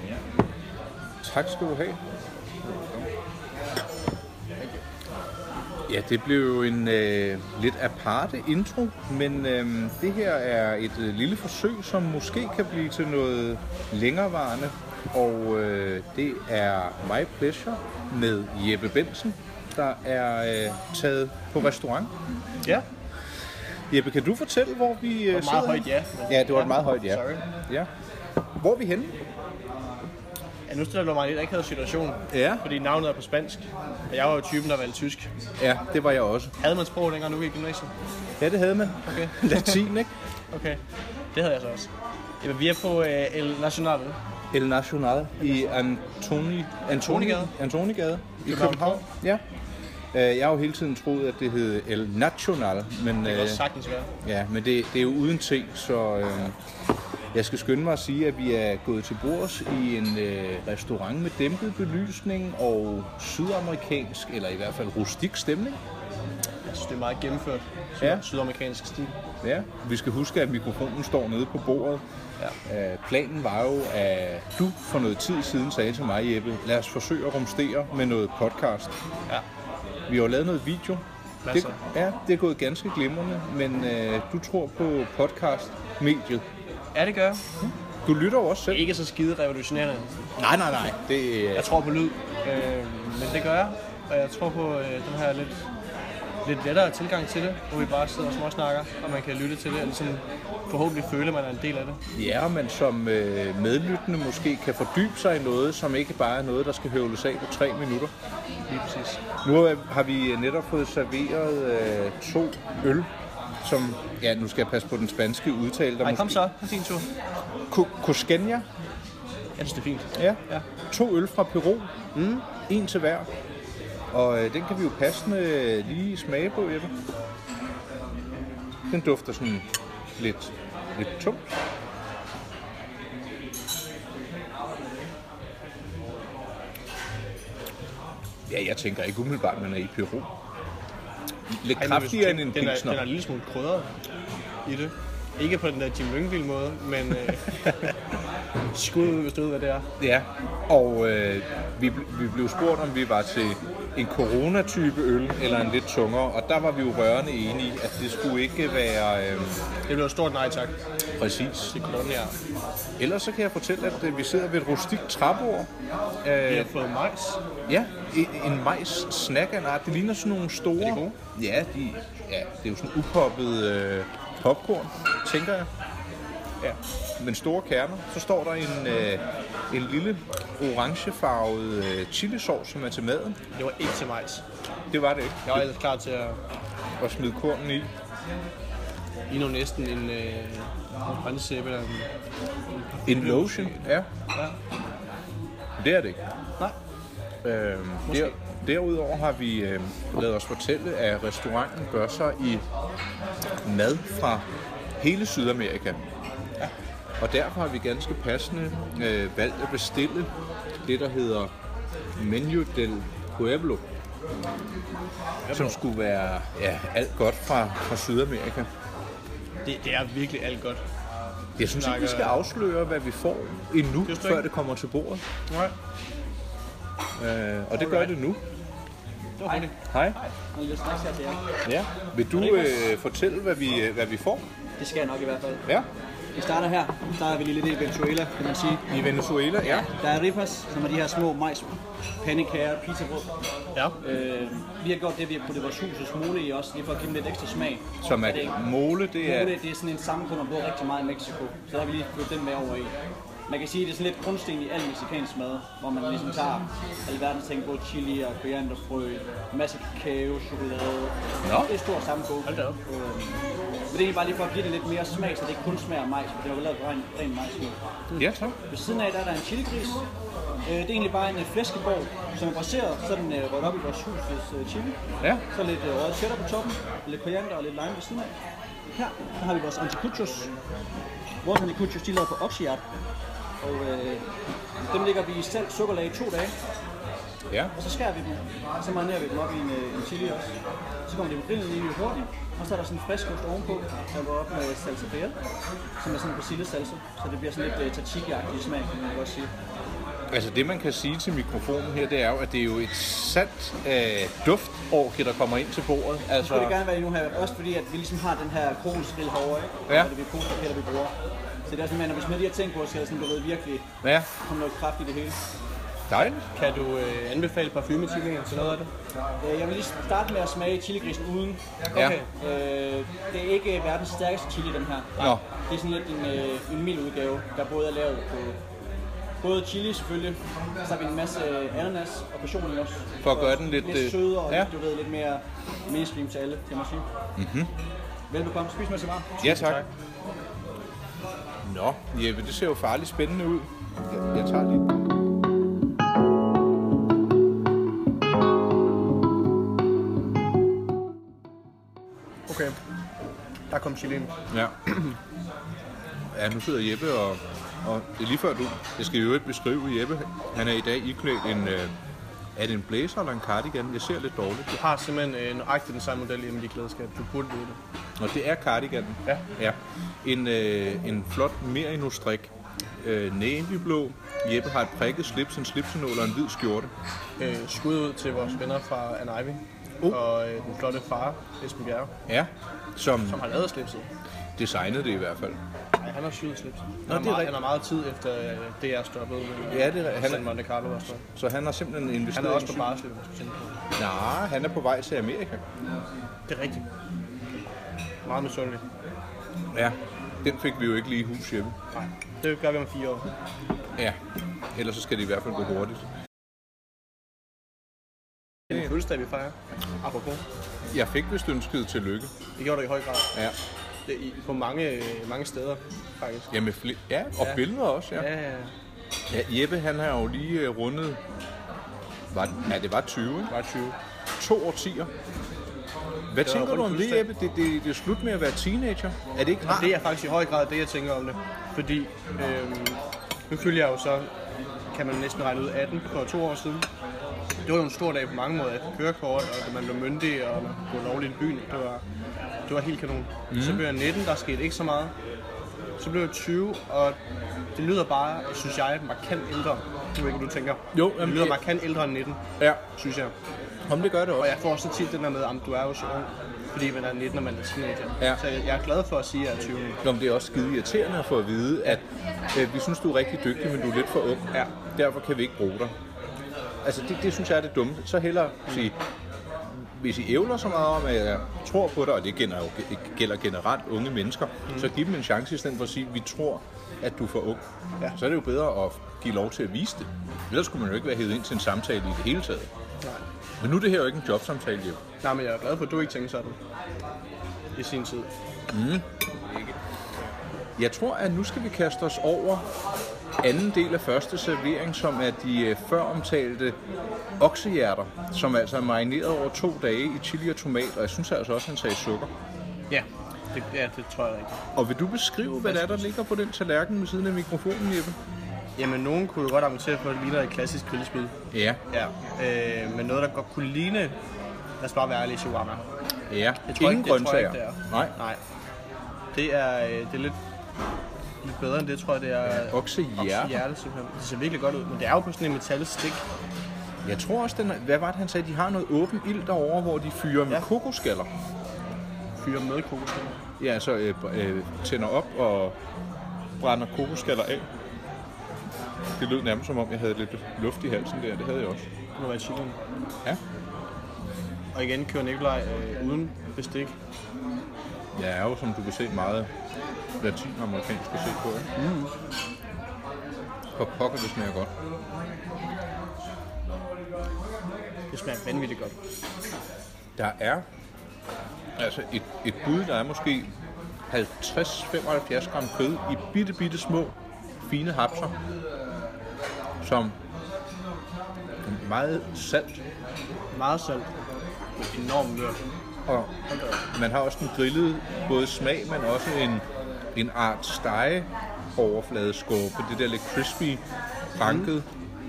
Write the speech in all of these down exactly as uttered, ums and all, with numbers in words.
Tak skal du have. Ja, det blev jo en øh, lidt aparte intro, men øh, det her er et øh, lille forsøg, som måske kan blive til noget længerevarende. Og øh, det er My Pleasure med Jeppe Bentzen, der er øh, taget på restaurant. Ja. Jeppe, kan du fortælle, hvor vi øh, det var meget højt ja. Ja, det var et meget højt ja. Sorry. Ja. Hvor er vi henne? Ja, nu stiller du mig i en akavet situation, Ja. fordi navnet er på spansk, og jeg var jo typen, der valgte tysk. Ja, det var jeg også. Havde man sprog dengang, du gik i gymnasiet? Ja, det havde man. Okay. Latin, ikke? Okay, det havde jeg så også. Jamen, vi er på uh, El Nacional. El Nacional i Antoni... Antonigade. Antonigade i København. København. Ja. Jeg har jo hele tiden troet, at det hed El Nacional, men, det kan også sagtens være. Ja, men det, det er jo uden ting, så øh, jeg skal skynde mig at sige, at vi er gået til bords i en øh, restaurant med dæmpet belysning og sydamerikansk, eller i hvert fald rustik stemning. Jeg synes, det er meget gennemført. Ja. Sydamerikansk stil. Ja, vi skal huske, at mikrofonen står nede på bordet. Ja. Øh, planen var jo, at du for noget tid siden sagde til mig, Jeppe, lad os forsøge at rumstere med noget podcast. Ja. Vi har jo lavet noget video. Det, ja, det er gået ganske glimrende, men øh, du tror på podcast-mediet. Ja, det gør jeg. Du lytter jo også selv. Ikke så skide revolutionerende. Nej, nej, nej. Det, øh... Jeg tror på lyd, øh, men det gør jeg. Og jeg tror på øh, den her lidt, lidt lettere tilgang til det, hvor vi bare sidder og småsnakker, og man kan lytte til det, og ligesom forhåbentlig føle, at man er en del af det. Ja, men som øh, medlyttende måske kan fordybe sig i noget, som ikke bare er noget, der skal høvles af på tre minutter. Lige præcis. Nu har vi netop fået serveret øh, to øl, som, ja, nu skal jeg passe på den spanske udtale. Der Ej, måske... kom så. Kom din tur. Cusqueña. Jeg synes, det er fint. Ja. Ja. To øl fra Peru. Mm. En til hver. Og øh, den kan vi jo passende lige smage på, Jeppe. Den dufter sådan lidt, lidt tungt. Ja, jeg tænker ikke umiddelbart, at man er i Peru. Lidt Ej, kraftigere end en den er, pilsner. den er en lille smule krydret i det. Ikke på den der Jim Lyngvild måde, men øh, skud ud, hvis du ved, hvad det er. Ja, og øh, vi, vi blev spurgt, om vi var til en corona-type øl eller en lidt tungere, og der var vi jo rørende enige, at det skulle ikke være... Øh, det blev et stort nej tak. Præcis. Det kunne ja. Ellers så kan jeg fortælle, at øh, vi sidder ved et rustikt træbord. Øh, vi har fået majs. Ja, en majs snack af en art. Det ligner sådan nogle store... Er de gode? Ja, de, ja, det er jo sådan upoppet øh, popcorn, tænker jeg. Ja, men store kerner. Så står der en, øh, en lille orangefarvet øh, chilisauce, som er til maden. Det var ikke til majs. Det var det ikke. Jeg var ellers klar til at... at smide kornen i. I nu næsten en øh, brændsæbe eller en... En lotion, ja. Ja. Det er det ikke. Nej. Øhm, der, derudover har vi øh, lavet os fortælle, at restauranten gør sig i mad fra hele Sydamerika. Ja. Og derfor har vi ganske passende øh, valgt at bestille det, der hedder Menu del Pueblo, som skulle være ja, alt godt fra, fra Sydamerika. Det, det er virkelig alt godt. Jeg synes ikke, vi skal afsløre, hvad vi får endnu, det før det kommer til bordet. Nej. Øh, og det gør det nu. Det var hurtigt. Hej. Hej. Ja. Vil du øh, fortælle, hvad vi, hvad vi får? Det skal jeg nok i hvert fald. Ja. Vi starter her. Nu starter vi lige lidt i Venezuela, kan man sige. I Venezuela, ja. Der er ripas, som er de her små majs, pandekager, pizzabrød. Ja. Øh, vi har gjort det, vi har puttet vores husets mole i også, lige for at give dem lidt ekstra smag. Som er, det mole, det er... Mole, det er sådan en sammenkomst, man bruger rigtig meget i Mexico. Så der har vi lige fået den med over i. Man kan sige, at det er sådan lidt grundsten i al mexicansk mad, hvor man ligesom tager alverdens ting, både chili og korianderfrø, masse kakao, chokolade. Nå. Det er stort sammenkogt. Hold da op. Øh, men det er egentlig bare lige for at give det lidt mere smag, så det ikke kun smager af majs, for det har jo lavet ren, ren majs. Ja, tak. Ved siden af der er der en chiligris. Øh, det er egentlig bare en flæskeborg, som er baseret sådan øh, rødt op i vores husets øh, chili. Ja. Så lidt øh, røget cheddar på toppen, lidt koriander og lidt lime ved siden af. Her der har vi vores anticuchos. Vores anticuchos, de er lavet på oksehjert. Og øh, dem lægger vi i salt sukkerlag i to dage. Ja. Og så skærer vi dem. Så marinerer vi dem op i en, en chili også. Så kommer det på grillen lige hurtigt. Og så er der sådan en frisk ost ovenpå, der går op med salsa real, som er sådan en persillesalsa. Så det bliver sådan lidt uh, tzatziki-agtig smag, kan man godt sige. Altså det, man kan sige til mikrofonen her, det er jo, at det er jo et sandt øh, duftorgie, der kommer ind til bordet. Altså... Det skulle det gerne være endnu her, også fordi at vi ligesom har den her kronsgrill herovre, ikke? Ja. Og det er kronsgrill, vi bruger. Så det er sådan, at hvis man lige har tænkt på, så er det sådan, du ved, virkelig ja. kommer noget kraft i det hele. Dejligt. Kan du øh, anbefale parfume chilien til noget af det? Øh, jeg vil lige starte med at smage chiligrisen uden. Ja. Okay. Øh, det er ikke verdens stærkeste chili, den her. Nå. Det er sådan lidt en, øh, en mild udgave, der både er lavet på både chili selvfølgelig, så har vi en masse ananas og passion også. For at gøre den lidt... Lidt sødere og ja. lidt, du ved, lidt mere mainstream til alle, kan man sige. Mhm. Velbekomme. Spis med så meget. Ja, tak. Nå, Jeppe, det ser jo farligt spændende ud. Jeg, jeg tager lige... Okay, der kom chilien. Ja. Ja, nu sidder Jeppe og, og det er lige før du, jeg skal jo ikke beskrive Jeppe. Han er i dag iklædt en, øh, er det en blazer eller en cardigan? Jeg ser lidt dårligt. Du har simpelthen øh, nøjagtigt den samme model hjemme i dit klædeskab. Du burde vide det. Og det er cardiganen. Ja. Ja. En, øh, en flot merino-strik. Øh, navyblå. Jeppe har et prikket slips, en slipsenål og en hvid skjorte. Øh, skud ud til vores venner fra Ann Ivy. Oh. Og øh, den flotte far, Esben Bjerre, Ja, som som har lavet slipset. designede det i hvert fald. Nej, han har syet slips. Han, Nå, har det er meget, rigtigt. han har meget tid efter øh, det er stoppet. med- Ja, det er- han er- San Monte Carlo og sådan noget. Så han har simpelthen investeret Han er også i på syg- barsel, hvis du tænker på det. Nej, han er på vej til Amerika. Det er rigtigt. Meget misundelig. Ja, den fik vi jo ikke lige i hus, Jeppe. Nej, det gør vi om fire år. Ja, ellers så skal det i hvert fald gå hurtigt. Det er en fødselsdag, vi fejrer. Apropos. Jeg fik vist ønsket tillykke. Det gjorde du i høj grad. Ja, Det er i, på mange, mange steder, faktisk. ja, med fl- ja og Ja. billeder også, ja. Ja, ja, ja. Ja, Jeppe, han har jo lige uh, rundet, var, ja, det var tyve, ikke? Bare tyve. To årtier. Hvad var tænker rundt du om det, fødselsdag. Jeppe? Det, det, det er slut med at være teenager. Er det ikke rart? Det er faktisk i høj grad det, jeg tænker om det. Fordi øhm, nu følger jeg jo så, kan man næsten regne ud, atten for to år siden. Det var jo en stor dag på mange måder. Jeg fik kørekort, og da man blev myndig, og man kunne gå lovligt i byen. Det var, det var helt kanon. Mm. Så blev jeg nitten, der skete ikke så meget. Så blev jeg tyve, og det lyder bare, synes jeg, markant ældre. Jeg ved ikke, hvad du tænker. Jo, det jamen, lyder det- markant ældre end nitten, Ja, synes jeg. om det gør det Og også. jeg får så tit den der med, at du er jo så ung, fordi man er nitten, og man er teenager. Ja. Så jeg, jeg er glad for at sige, at jeg er tyve. Nå, men det er også skide irriterende at få at vide, at øh, vi synes, du er rigtig dygtig, men du er lidt for ung. Ja. Derfor kan vi ikke bruge dig. Altså, det, det synes jeg er det dumme. Så hellere sige, hvis I ævler så meget om, at jeg tror på dig, og det gælder, jo, gælder generelt unge mennesker, mm. så giv dem en chance i stedet for at sige, at vi tror, at du er for ung. Ja. Så er det jo bedre at give lov til at vise det. Ellers skulle man jo ikke være hævet ind til en samtale i det hele taget. Nej. Men nu er det her jo ikke en jobsamtale, Jeppe. Nej, men jeg er glad for, at du ikke tænker sådan i sin tid. Jeg tror, at nu skal vi kaste os over anden del af første servering, som er de øh, før omtalte oksehjerter, som altså er marineret over to dage i chili og tomat, og jeg synes altså også, han sagde sukker. Ja, det, ja, det tror jeg rigtigt. Og vil du beskrive, hvad der er, der ligger på den tallerken ved siden af mikrofonen, Jeppe? Jamen, nogen kunne jo godt argumentere for, at det ligner et klassisk grillspil. Ja. Ja. Øh, men noget, der godt kunne ligne, lad os bare være ærlig, shawarma. Ja, Det tror jeg ingen ikke, det tror jeg grøntsager. ikke, det er. Nej, Nej. Det er, øh, det er lidt, lidt bedre end det, tror jeg, det er. oksehjerte. Oksehjerte, simpelthen. Det ser virkelig godt ud, men det er jo på sådan en metalstik. Jeg tror også, den er, hvad var det, han sagde? De har noget åben ild derovre, hvor de fyrer med Ja. kokoskaller. Fyrer med kokoskaller. Ja, altså øh, øh, tænder op og brænder kokoskaller af. Det lød nærmest som om, jeg havde lidt luft i halsen der. Det havde jeg også. Det må være chilien. Ja. Og igen kører Nikolaj øh, uden bestik. Jeg er jo, som du kan se, meget latinamerikansk at se på. Ikke? Mm. For pokker, det smager godt. Det smager vanvittigt godt. Der er altså et, et bud, der er måske halvtreds til femoghalvfjerds gram kød i bitte, bitte små, fine hapser, som er meget salt. Meget salt. Med enorm mørk. Og man har også en grillet både smag, men også en, en art stege overfladeskorpe. Det der lidt crispy, banket.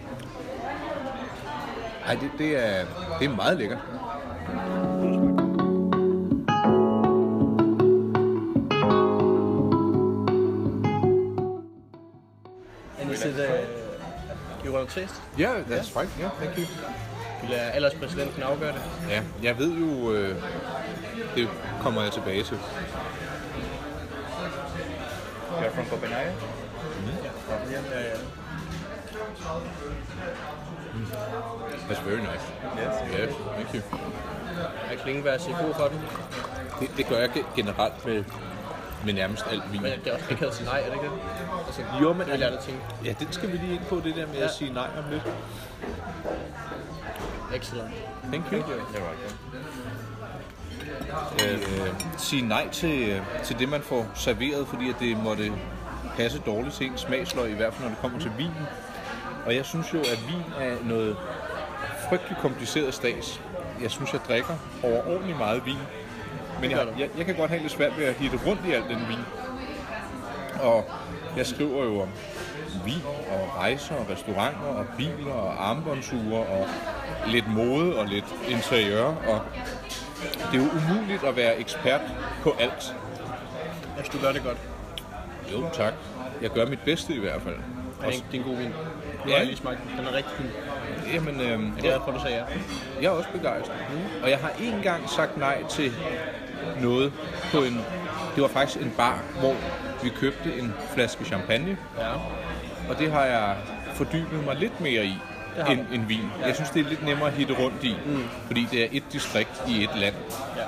Ej, det, det, er, det er meget lækkert. You want to taste? Yeah, that's fine. Yeah, thank you. Vi lader alderspræsidenten afgøre det. Ja, jeg ved jo, øh, det kommer jeg tilbage til. You're from Copenhagen? Ja, ja, ja. That's very nice. Yes. Yes, thank you. Er Klingberg sige god for den? Det, det gør jeg generelt med, med nærmest alt vin. Men det er også ikke at sige nej, er det ikke det? Altså, Jo, men det er lærte ting. ja, den skal vi lige ind på, det der med ja. at sige nej om lidt. Excellent. Thank you. You're welcome. Øh, sige nej til, øh, til det, man får serveret, fordi at det måtte passe dårligt til ens smagsløg, i hvert fald når det kommer til vinen. Og jeg synes jo, at vin er noget frygtelig kompliceret stads. Jeg synes, jeg drikker overordentligt meget vin. Men jeg, jeg, jeg kan godt have lidt svært ved at hitte rundt i al den vin. Og jeg skriver jo om vin og rejser og restauranter og biler og armbåndsure og lidt mode og lidt interiør. Og det er jo umuligt at være ekspert på alt. Jeg synes, du gør det godt. Jo, tak. Jeg gør mit bedste i hvert fald. Det er en, det er en god vin. Nu Ja. har jeg lige smagt den. Den er rigtig fin. Jamen, øhm, Jeg er glad for, at du sagde ja. jeg er også begejstret. Mm. Og jeg har en gang sagt nej til noget på en... Det var faktisk en bar, hvor vi købte en flaske champagne. Ja. Og det har jeg fordybet mig lidt mere i har end, end vin. Jeg synes, det er lidt nemmere at hitte rundt i, mm. fordi det er et distrikt i et land. Ja.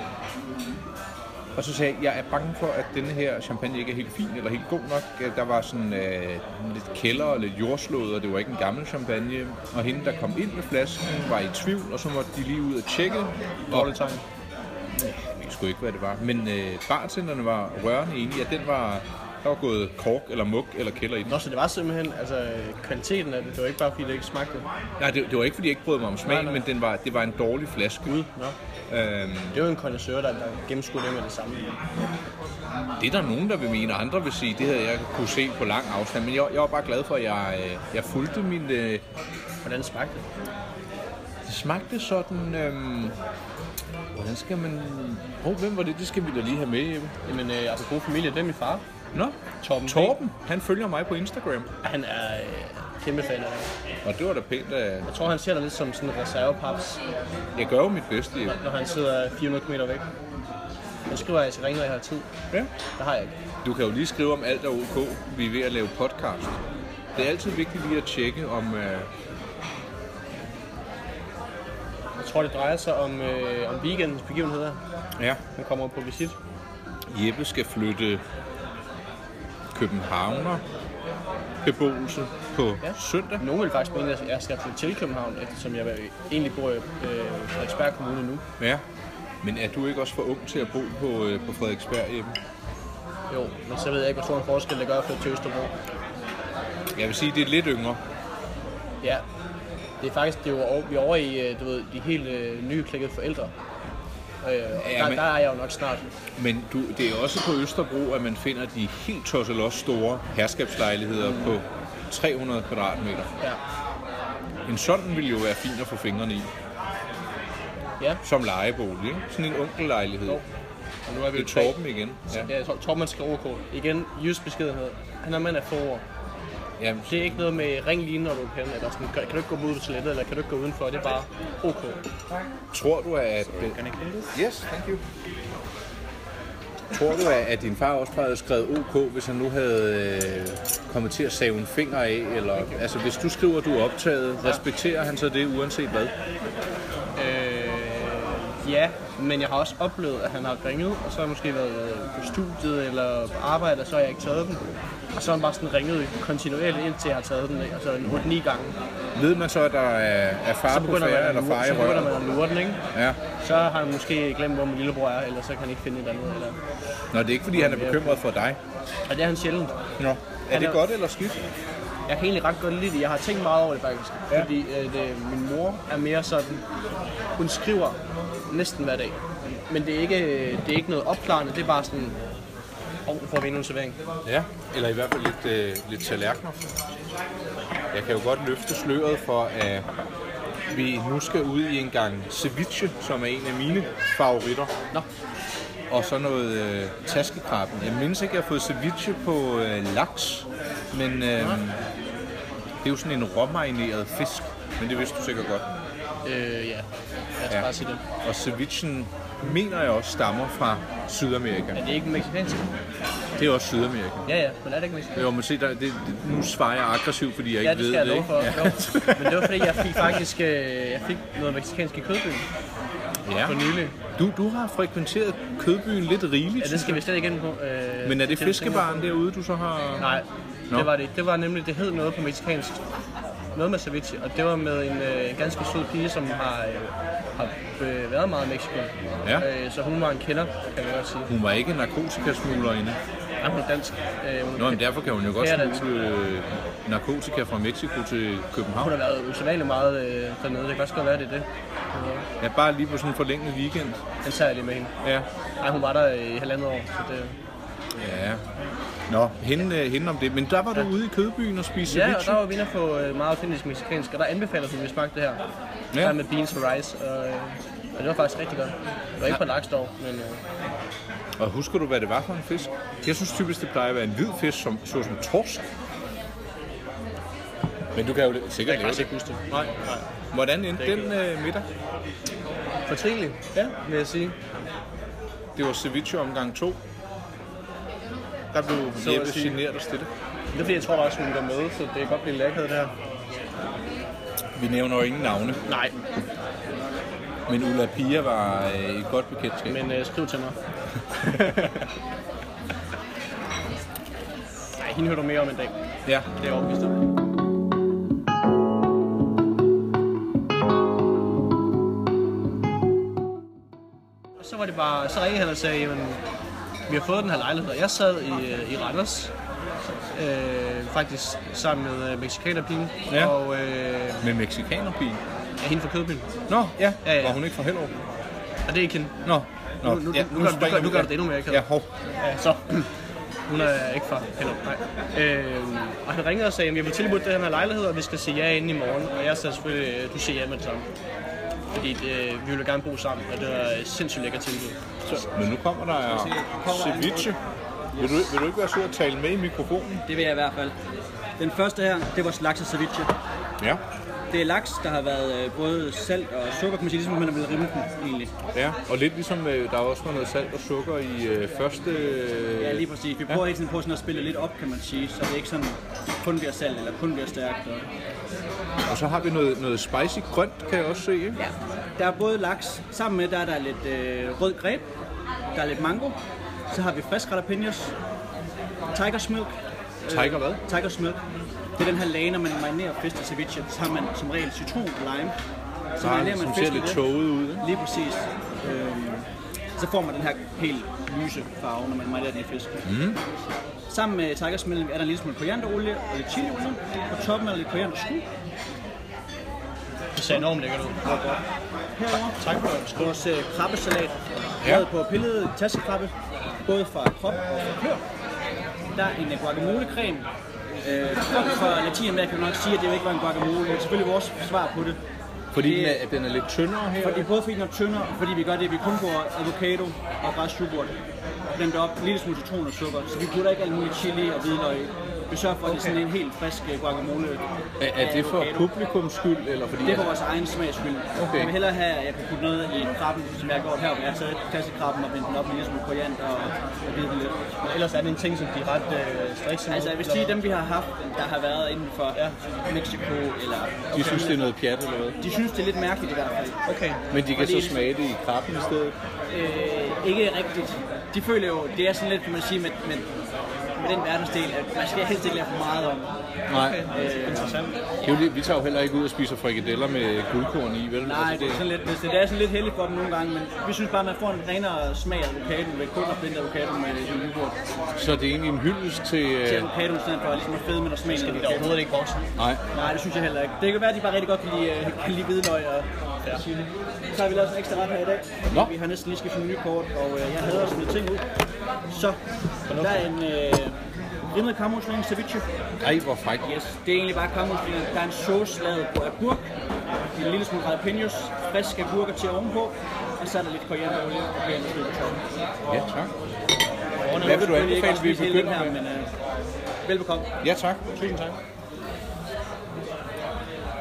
Og så sagde jeg, jeg er bange for, at denne her champagne ikke er helt fin eller helt god nok. Der var sådan øh, lidt kælder og lidt jordslået, og det var ikke en gammel champagne. Og hende, der kom ind med flasken, var i tvivl, og så måtte de lige ud og tjekke. Dårligt tegn. Jeg ved sgu ikke, hvad det var. Men øh, bartenderne var rørende enige, at den var, der var gået kork eller muk eller kælder i den. Nå, så det var simpelthen altså, kvaliteten af det. Det var ikke bare, fordi det ikke smagte. Nej, det, det var ikke, fordi jeg ikke brød mig om smagen, Nej, nej. men den var, det var en dårlig flaske. Gud, nå. Øhm, Det er jo en connoisseur, der, der gennemskuer det med det samme. det er der nogen, der vil mene, andre vil sige, det havde jeg kunne se på lang afstand. Men jeg, jeg var bare glad for, at jeg, øh, jeg fulgte min... Øh, Hvordan smagte det? det smagte sådan... Øh, hvordan skal man... Oh, hvem var det? Det skal vi da lige have med, Jeppe. Jamen, øh, altså god familie, det er min far. Nå, Torben. Torben, han følger mig på Instagram. Han er øh, kæmpe fan af det. Og det var da pænt, at Jeg tror, han ser dig lidt som sådan en reservepaps, jeg gør jo mit bedste, Jeppe. når han sidder fire hundrede kilometer væk. Han skriver, at jeg skal ringe, når jeg har tid. Ja. Det har jeg ikke. Du kan jo lige skrive om alt er ok. Vi er ved at lave podcast. Det er altid vigtigt lige at tjekke om... Øh, Jeg tror, det drejer sig om, øh, om weekendens begivenheder. ja. Han kommer på visit. Jeppe skal flytte københavner beboelse på Ja. søndag. Nogle vil faktisk mene, at jeg skal flytte til København, eftersom jeg egentlig bor i øh, Frederiksberg Kommune nu. Ja. Men er du ikke også for ung til at bo på, øh, på Frederiksberg, Jeppe? Jo, men så ved jeg ikke, hvor stor en forskel det gør at flytte til Østerbro. Jeg vil sige, at det er lidt yngre. Ja, det er faktisk, det er jo over, vi er over i, øh, du ved, de helt øh, nyklikkede forældre. Øh, Ja, der, men- der er jeg jo nok snart. Men du, det er også på Østerbro, at man finder de helt tosselos store herskabslejligheder på tre hundrede kvadratmeter. Ja. En sådan ville jo være fin at få fingrene i, Ja, som lejebolig. Ikke? Sådan en onkellejlighed. Jo. og nu er vi Det er jo Torben igen. Ja. Ja, jeg tror, Torben skal O K. Igen, just beskedenhed. Han er mand af få ord. Jamen, Det er ikke noget med ring lige, når du er kendt, eller sådan, kan du ikke gå ud på toilettet, eller kan du ikke gå udenfor, det er bare O K. tror du, at... Can I clean this? Yes, thank you. Tror du, at at din far også havde skrevet OK, hvis han nu havde øh, kommet til at save en finger af? Eller, altså, hvis du skriver, at du er optaget, respekterer han så det, uanset hvad? Øh, ja, men jeg har også oplevet, at han har ringet, og så har jeg måske været på studiet eller på arbejde, og så har jeg ikke taget den. Og så har han bare sådan ringet kontinuerligt, indtil jeg har taget den, altså en otte ni gange. Ved man så, at der er, er far Så på begynder, man færre at eller lure, far i så begynder man røret? at lure den, ikke? Ja. Så har han måske glemt, hvor min lillebror er, eller så kan han ikke finde et andet. Eller... Nå, det er ikke, fordi han er bekymret for dig. Og det er han sjældent. Nå. Er Han det er- godt eller skidt? Jeg kan egentlig ret godt lide det. Jeg har tænkt meget over det faktisk. Ja. Fordi øh, det, min mor er mere sådan, hun skriver næsten hver dag. Men det er ikke, det er ikke noget opklarende, det er bare sådan, åh, oh, får vi endnu en servering. Ja, eller i hvert fald lidt, øh, lidt tallerkener. Jeg kan jo godt løfte sløret for, at vi nu skal ud i en gang ceviche, som er en af mine favoritter. Nå, Og så noget øh, taskekrabben. Jeg mindes ikke, at jeg har fået ceviche på øh, laks, men øh, Det er jo sådan en råmarineret fisk, men det vidste du sikkert godt. Øh, ja. Jeg skal Ja. bare sige det. Og cevichen mener jeg også stammer fra Sydamerika. Er det ikke mexicansk? Det er også Sydamerika. Ja, ja, men er det ikke mexicansk? Jo, men se, der, det, det, nu svarer jeg aggressivt, fordi jeg Ja, ikke det ved skal jeg det. love ikke? for. Jo. Men det var fordi, jeg fik faktisk øh, jeg fik noget mexicansk i kødbyen Ja. for nylig. Du, du har frekventeret kødbyen lidt rigeligt. Ja, det skal vi slet ikke ind på. Øh, Men er det til- fiskebaren derude, du så har... Nej, Nå. det var det ikke. Det var nemlig, det hed noget på mexicansk. Noget med ceviche, og det var med en, øh, en ganske sød pige, som har, øh, har øh, været meget i Mexico. Ja. Øh, så hun var en kender, kan man godt sige. Hun var ikke narkotikasmugler inde. Ja, hun er dansk. Øh, hun, Nå, men derfor kan hun jo godt Ja, dansk. smugle øh, narkotika fra Mexico til København. hun har været usædvanligt meget øh, dernede. Det kan også godt være, det er det. Ja, bare lige på sådan en forlænget weekend. Den tager jeg lige med hende. Ja. Nej, hun var der i halvandet år, så det... Ja. Nå, hende, øh, hende om det. Men der var du ude i kødbyen og spise Ja, og ceviche. der var vi inde på øh, meget autentisk mexicansk, og der anbefalede hun, at vi smagte det her. Ja. Ja. Med beans og rice, og, øh, og det var faktisk rigtig godt. Det var ikke på laks dog, men øh, Og husker du, hvad det var for en fisk? Jeg synes typisk, det plejer at være en hvid fisk, som, såsom torsk. Men du kan jo sikkert jeg lave kan faktisk det. ikke huske det. Nej, nej. Hvordan endte den øh, middag? Fortrinlig, ja, vil jeg sige. Det var ceviche omgang to. Der blev Så at Jeppe sige. generet og stille. Det er fordi, jeg tror også, hun går med, så det kan godt blive lækkert det her. Vi nævner jo ingen navne, Nej, men Ulla Pia var øh, et godt bekendtskab. men øh, skriv til mig. Nej, hende hører du mere om en dag. Ja, Det er jeg overbevist om. Og så var det bare, så ringede han og sagde, jamen, vi har fået den her lejlighed. Og jeg sad i, øh, i Randers, øh, faktisk sammen med øh, mexikanerpigen, Ja. og øh, med mexikanerpigen. ja, hende fra Kødbyen. Nå, ja. Ja, ja. Var hun ikke fra Hellerup? Og det er ikke hende. Nå, Nå. Nu, nu, ja, nu, nu, gør, nu, springer gør, nu vi- gør du det endnu mere akavet. Ja, hov. Ja, så. Hun er ikke fra Hellerup, nej. Øhm, og han ringede og sagde, at vi har tilbudt den her lejlighed, og vi skal sige ja inden i morgen. Og jeg sagde selvfølgelig, øh, du siger ja med det samme. Fordi det, vi ville gerne bo sammen, og det var et sindssygt lækkert tilbud. Så, Men nu kommer der ceviche. Vil du, vil du ikke være sød at tale med i mikrofonen? Det vil jeg i hvert fald. Den første her, det var laks og ceviche. Ja. Det er laks, der har været øh, både salt og sukker, kan man sige, ligesom man vil rimme den egentlig. Ja, og lidt ligesom øh, der er også noget salt og sukker i øh, første... Øh, Ja, lige præcis. Vi prøver hele tiden på sådan at spille lidt op, kan man sige, så det ikke sådan kun bliver salt eller kun bliver stærkt. Og... Og så har vi noget, noget spicy grønt, kan jeg også se. Ikke? Ja, der er både laks, sammen med der er der lidt øh, rød greb, der er lidt mango, så har vi frisk jalapenos, tiger's milk. Tiger hvad? Tiger's milk. Det er den her lage, når man marinerer fisk til ceviche, så har man som regel citron og lime. Så Nej, marinerer som man ser fisken lidt i det. tåget ud. Ikke? Lige præcis. Øhm, så får man den her helt lyse farve, når man marinerer den i fisk. Mm. Sammen med Tiger's milk er der en lille smule korianderolie og lidt chiliolie. På toppen er der lidt korianderskud. det ser enormt lækkert ud. Herover Tak for vores øh, krabbesalat, Ja. lavet på pillet tassekrabbe, både fra krop og fra klør. Der er en øh, guacamole-creme. Øh, folk fra Latinamerika kan nok sige, at det jo ikke var en guacamole, men selvfølgelig vores svar på det. Fordi Det- den er, den er lidt tyndere her. Fordi, både fordi den er tyndere, og fordi vi gør det, at vi kun bruger avocado og græsyoghurt. Blender op, en lille smule citron og sukker, så vi putter ikke alt muligt chili og hvidløg i. Vi sørger for, at det er sådan en helt frisk øh, guacamole. Er, er det for avocado. publikums skyld, eller fordi... Det er for vores egen smags skyld. Okay. Jeg vil hellere have, at jeg kan putte noget i krabben, som jeg har gjort her, hvor jeg har taget klassekrabben og vendt den op med en lille smule koriander og, og givet det lidt. Men ellers er det en ting, som de er ret øh, strikse med. Altså jeg vil sige, dem vi har haft, der har været inden for ja, Mexico eller... De synes, det er noget pjat eller hvad? De synes, det er lidt mærkeligt i hvert fald. Okay. Men de kan Fordi- så smage det i krabben i stedet. Øh, ikke rigtigt. De føler jo, det er sådan lidt, kan man sige, med, med, med den verdensdel, at man skal helst ikke lære for meget om. Nej. Øh, interessant. Det er jo det, vi tager jo heller ikke ud og spiser frikadeller med guldkorn i, vel? Nej, Altså, det er, sådan lidt, det er sådan lidt heldigt for dem nogle gange, men vi synes bare, at man får en renere smag af avocado ved kun at blende avocado med yoghurt. Så det er egentlig en hyldest til... Til Øh... avocado i stedet for ligesom at fede med noget smag af Det er avocado. overhovedet ikke voksen. Nej. Nej, det synes jeg heller ikke. Det kan være, at de bare rigtig godt kan lide, øh, kan lide hvidløg og ja. chili. Så har vi lavet sådan en ekstra ret her i dag. Nå. Vi har næsten lige skiftet menukort, og øh, jeg havde også lidt ting ud. Så der er en øh, rimelig kammusling ceviche. Ej, hvor frækt. Yes, det er egentlig bare kammusling. Der er en sauce lavet på agurk, en lille smule jalapenos, friske agurker til ovenpå, og så er der lidt korianderolie og korianderskud på toppen. Ja, tak. Hvad Hvad vil du anbefale, vi hele den begynder her, med? men øh, velbekomme. Ja, tak. Tusind tak.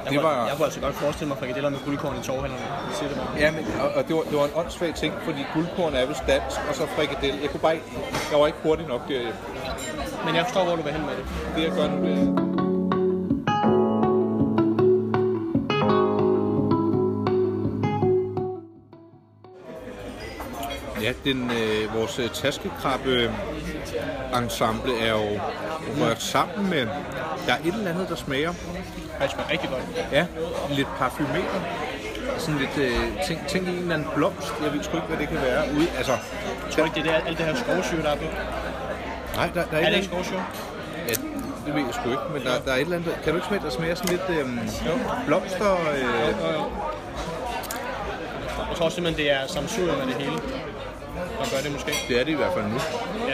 Jeg, det var, var... jeg kunne altså godt forestille mig frikadeller med guldkorn i torvhandlerne. Det siger det bare. Ja, men, og, og det, var, det var en åndssvag ting, fordi guldkorn er vist dansk, og så frikadelle. Jeg kunne bare ikke... Jeg var ikke hurtig nok derhjemme. Men jeg forstår, hvor du vil hen med det. Det er godt... Øh... Ja, den, øh, vores øh, taskekrabbe-ensemble er jo rørt sammen med... Der er et eller andet, der smager. Det smager rigtig godt. Ja, lidt parfumeret. Sådan lidt... Øh, tænk, tænk i en eller anden blomst. Jeg ved sgu ikke, hvad det kan være. Ude, altså, Jeg tror ikke, det er alt det her skovsyre, der er på. nej, der, der er, Er det et ikke skovsyre? Ja, det ved jeg sgu ikke, men der, der er et eller andet... Kan du ikke smage, der smager sådan lidt øh, blomster? Øh, Jo, jo. Jeg tror simpelthen, det er samsurium af det hele. Og gør det måske. det er det i hvert fald nu. Ja,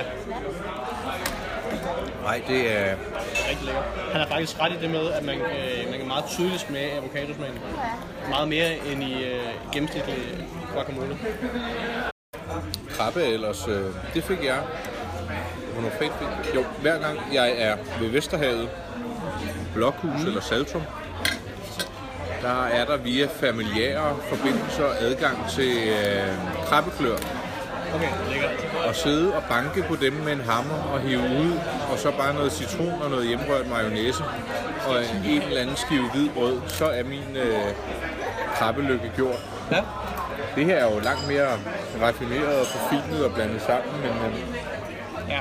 Nej, det er... rigtig lækkert. Han har faktisk ret i det med, at man, øh, man kan meget tydeligt smage avocadosmagen. Meget mere end i øh, gennemsnitlig guacamole. Krabbe ellers, øh, det fik jeg. Hvornår fik jeg? Jo, hver gang jeg er ved Vesterhavet, Blokhus mm. eller Saltum, der er der via familiære forbindelser adgang til øh, krabbeklør. Okay, lækkert. Og sidde og banke på dem med en hammer og hive ud, og så bare noget citron og noget hjemmerørt mayonnaise og en eller anden skive hvid brød, så er min øh, krabbelykke gjort. Ja. Det her er jo langt mere raffineret og forfinet og blandet sammen, men øh, Ja.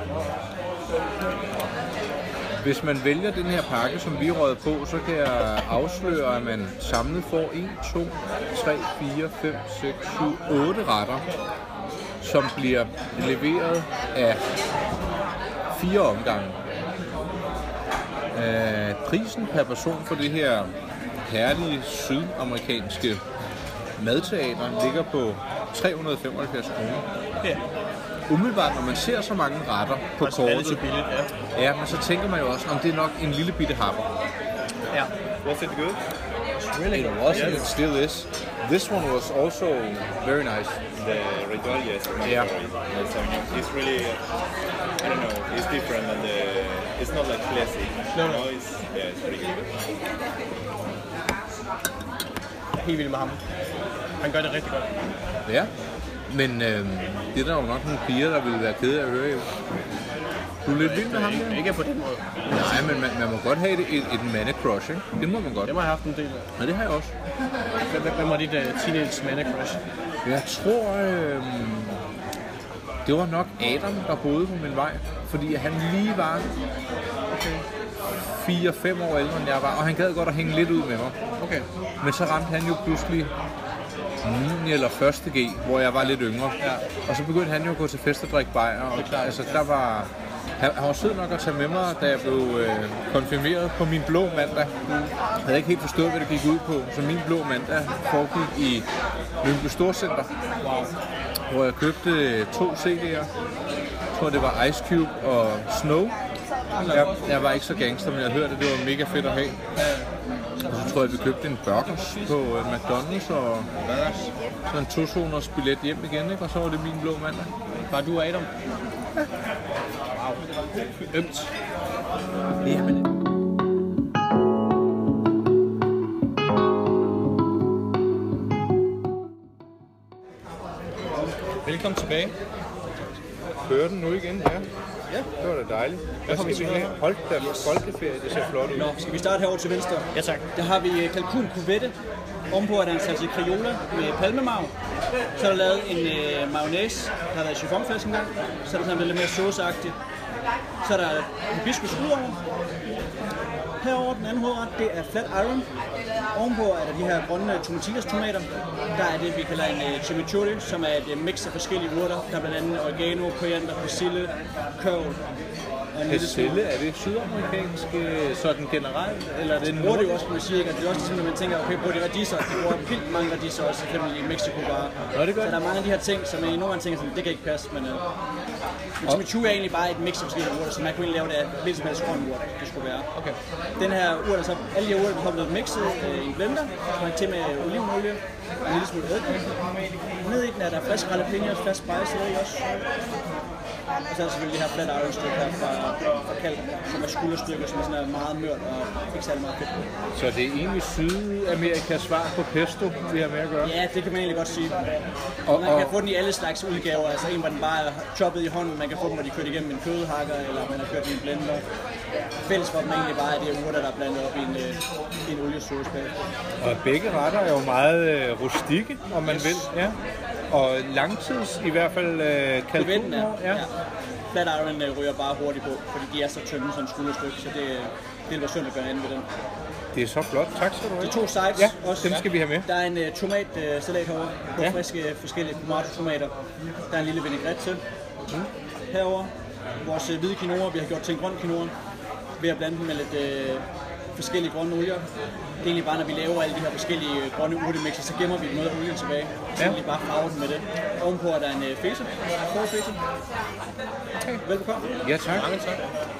hvis man vælger den her pakke, som vi rød på, så kan jeg afsløre, at man samlet får en, to, tre, fire, fem, seks, syv, otte retter, som bliver leveret af fire omgange. Øh, prisen per person for det her herlige sydamerikanske madteater ligger på tre hundrede og femoghalvfjerds kroner. Ja. Umiddelbart, når man ser så mange retter på Altså, er det så kortet, billigt, ja. ja, men så tænker man jo også, om det er nok en lille bitte happer. Ja. Was it good? Really It was, and it still is. This one was also very nice. The ritual, yes. my Yeah. favorite. It's, I mean, it's really, I don't know, it's different than the, it's not like classic. No, you no. know, it's, yeah, it's pretty good. Jeg er helt vild med ham. Han gør det rigtig godt. Ja, men øh, det er der jo nok nogle piger, der ville være kede af at høre. Jo. Du er lidt vild med ham, der? Ikke på den måde. Nej, men man, man må godt have et, et, et mande-crush, ikke? Det må man godt. Det må jeg have haft en del af. Ja, det har jeg også. Hvem- Hvem var dit uh, teenage man crush? Jeg tror, øh, det var nok Adam, der boede på min vej. Fordi han lige var fire fem år ældre, end jeg var. Og han gad godt at hænge lidt ud med mig. Okay. Men så ramte han jo pludselig niende eller første G, hvor jeg var lidt yngre. Ja. Og så begyndte han jo at gå til fest og drikke bajer. Og der, altså, der var... Han, han var sød nok at tage med mig, da jeg blev øh, konfirmeret på min blå mandag. Jeg havde ikke helt forstået, hvad det gik ud på. Så min blå mandag foregik i Lyngby Storcenter, wow. hvor jeg købte to C D'er. Jeg tror, det var Ice Cube og Snow. Jeg, jeg var ikke så gangster, men jeg hørte, at det var mega fedt at have. Og så tror jeg, vi købte en burgers på uh, McDonald's og så en to-zoners billet hjem igen, ikke? Og så var det min blå mandag. Var du Adam? Ja. Wow. Ømt. Jamen. Velkommen tilbage. Kører den nu igen? Ja. Ja. Det var da dejligt. Hvad skal vi have? Hold da, folkeferie, det ser flot ud. Nå, skal vi starte herovre til venstre? Ja, tak. Der har vi kalkun couvette. Ovenpå er der en salsa criolla med palmemarv. Så er der lavet en øh, mayonnaise, der har været i chiffonflaske engang. Så er der sådan lidt mere sauceagtigt. Så er der hibiscus udover. Herover den anden hovedret, det er flat iron. Ovenpå er der de her grønne tomatillas tomater. Der er det, vi kalder en uh, chimichurri, som er et uh, mix af forskellige urter. Der er blandt andet oregano, koriander, persille, kørvel. Persille, er det sydamerikansk sådan generelt, eller er det bruger det jo også, kan man sige, ikke? Og det er også sådan, at man tænker, okay, bruger de radiser? De bruger vildt mange radiser også, eksempelvis i Mexico bare. Nå, det gør så der er mange af de her ting, som man i nogle gange tænker sådan, det kan ikke passe, men... Uh, men chimichurri er egentlig bare et mix af forskellige urter, så man kunne egentlig lave det af hvilket som helst grøn urt, det skulle være. Okay. Den her urt, så alle de her urter, bliver mixet uh, i en blender, så man til med olivenolie, en lille smule eddike. Ned i den er der frisk jalapenos, frisk spice, og også. Og så er der selvfølgelig det her flat iron stykke her fra, fra kalk, som er skulderstykker, som er sådan meget mørt og ikke særlig meget fedt på. Så det er egentlig Sydamerikas svar på pesto, vi har med at gøre? Ja, det kan man egentlig godt sige. Og, Man kan og, få den i alle slags udgaver, altså en, hvor den bare er choppet i hånden, man kan få dem, hvor de kørt igennem en kødhakker, eller man har kørt i en blender. Fælles for dem egentlig bare er de urter, der er blandet op i en, øh, i en oliesauce bagefter. og begge retter er jo meget øh, rustikke, om man yes. vil. Ja. Og langtids i hvert fald øh, kalkun. Ja. Ja. Ja. Flat iron øh, ryger bare hurtigt på, fordi de er så tynde som skulderstykke, så det, det vil være synd at gøre andet ved den. Det er så flot. Tak skal du have. De to sides ja, også. dem skal vi have med. Der er en uh, tomatsalat uh, herovre, på ja. friske forskellige tomater. Der er en lille vinaigrette til. Mm. Herovre, vores uh, hvide quinoa, vi har gjort til en grøn quinoa, ved at blande den med lidt uh, forskellige grønne olier. Det er egentlig bare, når vi laver alle de her forskellige uh, grønne urtemixer, så gemmer vi noget af olien tilbage. Så ja. egentlig bare farver den med det. Ovenpå er der en uh, fese, en fese. Okay. Velbekomme. Ja, tak. Mange tak.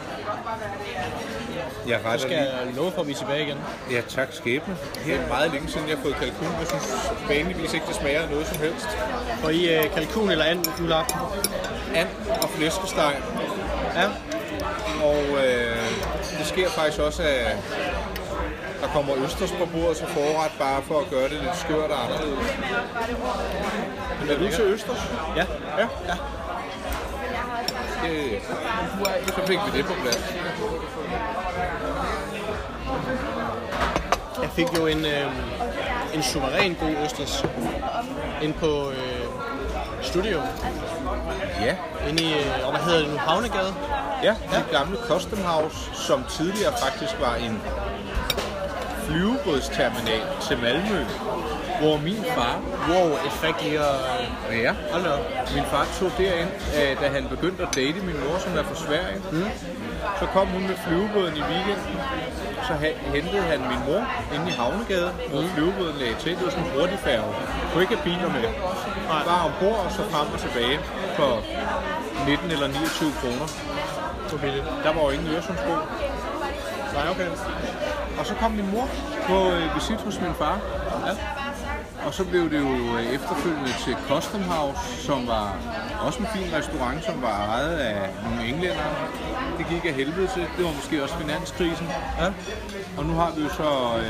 Jeg Så retter skal lige. jeg love for, at vi er tilbage igen. Ja, tak skæbne. Her er meget længe siden, jeg har fået kalkun. Jeg synes vanligvis ikke, det smager af noget som helst. Får I uh, kalkun eller and, du lader? And og flæskesteg. Ja. Og øh, det sker faktisk også, at der kommer østers på bordet til forret, bare for at gøre det lidt skørt og anderledes. Men er du til østers? Ja. Ja. ja. Det, så fik vi det på plads. Jeg fik jo en, øh, en suveræn god østers ind på øh, Studio. Ja. Inde i, øh, og hvad hedder det nu, Havnegade? Ja, det gamle Custom House, som tidligere faktisk var en flyvebådsterminal til Malmø, hvor min far, Wow, et fact lige at... ja, Hold da. min far tog derind, øh, da han begyndte at date min mor, som er fra Sverige. Mm. Så kom hun med flyvebåden i weekenden, så hentede han min mor inde i Havnegade, hvor mm. flyvebåden lagde til. Det var sådan en hurtig færge. Du kunne ikke have biler med. Bare ombord og så frem og tilbage for nitten eller niogtyve kroner. Så billigt. Der var jo ingen Øresundsbro. Nej, okay. Og så kom min mor på øh, visit hos min far. Ja. Og så blev det jo øh, efterfølgende til Custom House, som var også en fin restaurant, som var ejet af nogle englændere. Det gik af helvede til. Det var måske også finanskrisen. Ja. Og nu har vi jo så... Øh,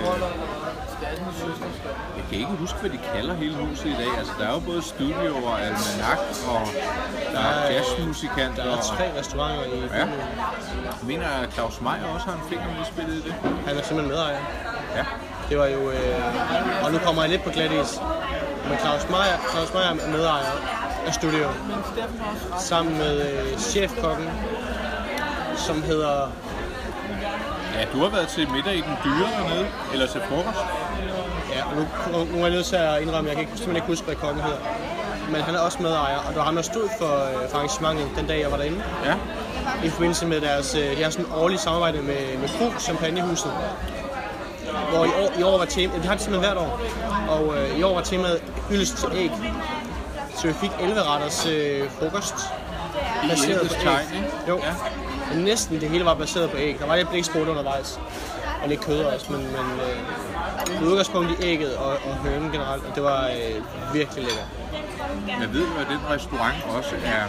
jeg kan ikke huske, hvad de kalder hele huset i dag. Altså, der er jo både studio og almanak, og der er jazzmusikanter. Der er tre restauranter i ja. Jeg mener, at Claus Meyer også har en finger med spillet i det. Han er simpelthen medejer. Ja. Det var jo... Øh, og nu kommer jeg lidt på glat is. Men Claus Meyer, Claus Meyer er medejer af Studio. Sammen med øh, chefkokken, som hedder... Ja, du har været til middag i den dyre dernede, eller til frokost. Ja, og nu, nu er jeg nødt til at indrømme, jeg kan ikke, simpelthen ikke huske, hvad kokken hedder. Men han er også medejer, og det var ham, der stod for, for arrangementet den dag, jeg var derinde. Ja. I forbindelse med deres, de har sådan en årlig samarbejde med, med Krug Champagnehuset. Hvor i år, i år var temaet, de har det simpelthen hvert år, og øh, i år var temaet hyldest til æg. Så vi fik elleve retters øh, frokost. Baseret på æg. Jo. Ja. Næsten det hele var baseret på æg. Der var lidt blæksprutte undervejs, og lidt kød også, men, men øh, med udgangspunkt i ægget og, og hønen generelt, og det var øh, virkelig lækkert. Jeg ved jo, at den restaurant også er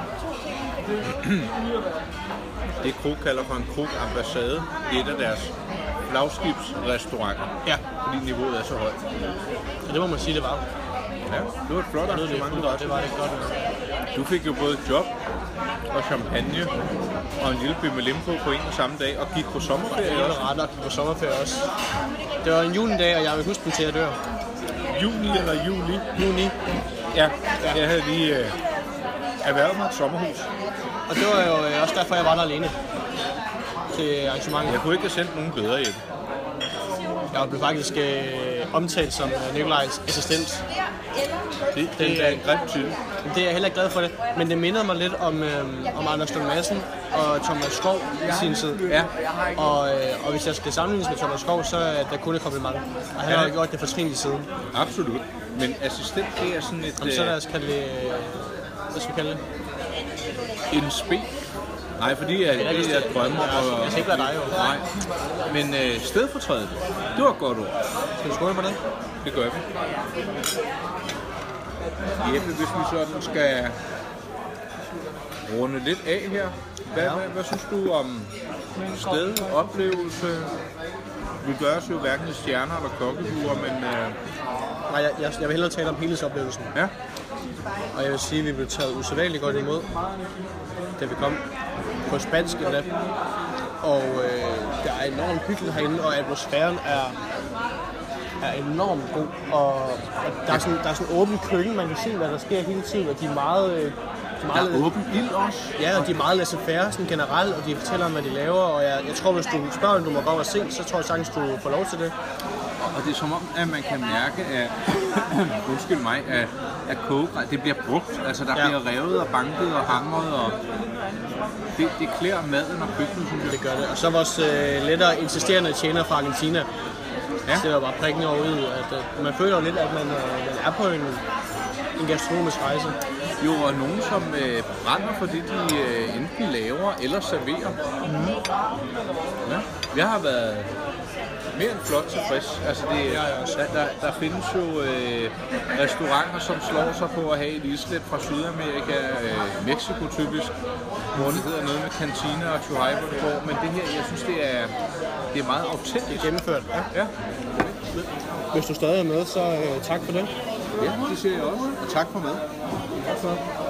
det Krug kalder for en Krug-ambassade. Det er et af deres flagskibsrestauranter, ja. Fordi niveauet er så højt. Og det må man sige, det var. Ja, det var et flot arrangement. Det, det var det godt. Du fik jo både job og champagne og en lille bimmelimpo på en og samme dag, og gik på sommerferie ja, også. Ret, og gik på sommerferie også. Det var en juledag, og jeg vil huske den til at dør. Juni eller juli? Juni. Ja, ja. Jeg havde lige øh, erhvervet mig et sommerhus. Og det var jo også derfor, jeg var der alene til arrangementet. Jeg kunne ikke have sendt nogen bedre hjem. Jeg blev faktisk øh, omtalt som øh, Nikolajs assistent. Det, det den, er en grim titel. Det er jeg heller ikke glad for det, men det mindede mig lidt om, øh, om Anders Lund Madsen og Thomas Skov i sin tid. Ja. Og, øh, og hvis jeg skal sammenlignes med Thomas Skov, så er der kun et kompliment. Og han ja. har gjort det for trin i siden. Absolut. Men assistent, det er sådan et... Jamen, så lad os kalde det... Hvad skal vi kalde det? En spe. Nej, fordi jeg, det er det, jeg drømmer om. Og... Jeg skal ikke være dig, jo. Nej. Men øh, stedfortrædet, det var et godt ord. Skal vi skåle på det? Det gør vi. Jeppe, hvis vi sådan skal runde lidt af her. Hvad, ja. hvad, hvad synes du om sted, oplevelse? Vi gør os jo hverken stjerner eller kokkehuer, men... Øh... Nej, jeg, jeg, jeg vil hellere tale om helhedsoplevelsen. Ja. Og jeg vil sige, at vi blev taget usædvanligt godt imod, da vi kom på spansk endda. Og øh, der er enormt hyggeligt herinde, og atmosfæren er, er enormt god. Og, og der, er sådan, der er sådan en åben køkken, man kan se, hvad der sker hele tiden, og de er meget... Øh, de er meget der er åben ild også. Ja, og de er meget laissez-faire sådan generelt, og de fortæller om, hvad de laver. Og jeg, jeg tror, hvis du spørger, om du må gå over og se, så tror jeg sagtens, du får lov til det. Og det er som om, at man kan mærke, at, undskyld mig, at, at kogegrej, det bliver brugt. Altså, der ja. bliver revet og banket og hamret, og det, det klæder maden og køkkenet, synes jeg. Det gør det. Og så vores øh, lettere insisterende tjener fra Argentina. Ja. Det var bare prikken over ud, at øh, man føler jo lidt, at man, øh, man er på en, en gastronomisk rejse. Jo, og nogen, som øh, brænder for det, de øh, enten laver eller serverer. Mm-hmm. Ja. Jeg har været mere end flot tilfreds. Altså det, ja, ja. Der, der, der findes jo øh, restauranter, som slår sig på at have et islet fra Sydamerika, øh, Mexico typisk, hvor det hedder noget med cantina og chuhai, hvor det går. Men det her, jeg synes, det er, det er meget autentisk. Gennemført. Ja. Ja. Hvis du stadig er med, så øh, tak for det. Ja, det siger jeg også. Og tak for med. Tak for